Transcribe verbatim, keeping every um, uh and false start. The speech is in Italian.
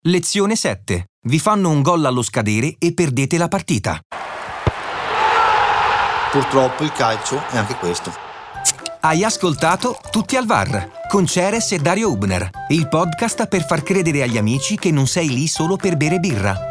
Lezione sette. Vi fanno un gol allo scadere e perdete la partita. Purtroppo il calcio è anche questo. Hai ascoltato Tutti al V A R con Ceres e Dario Hübner, il podcast per far credere agli amici che non sei lì solo per bere birra.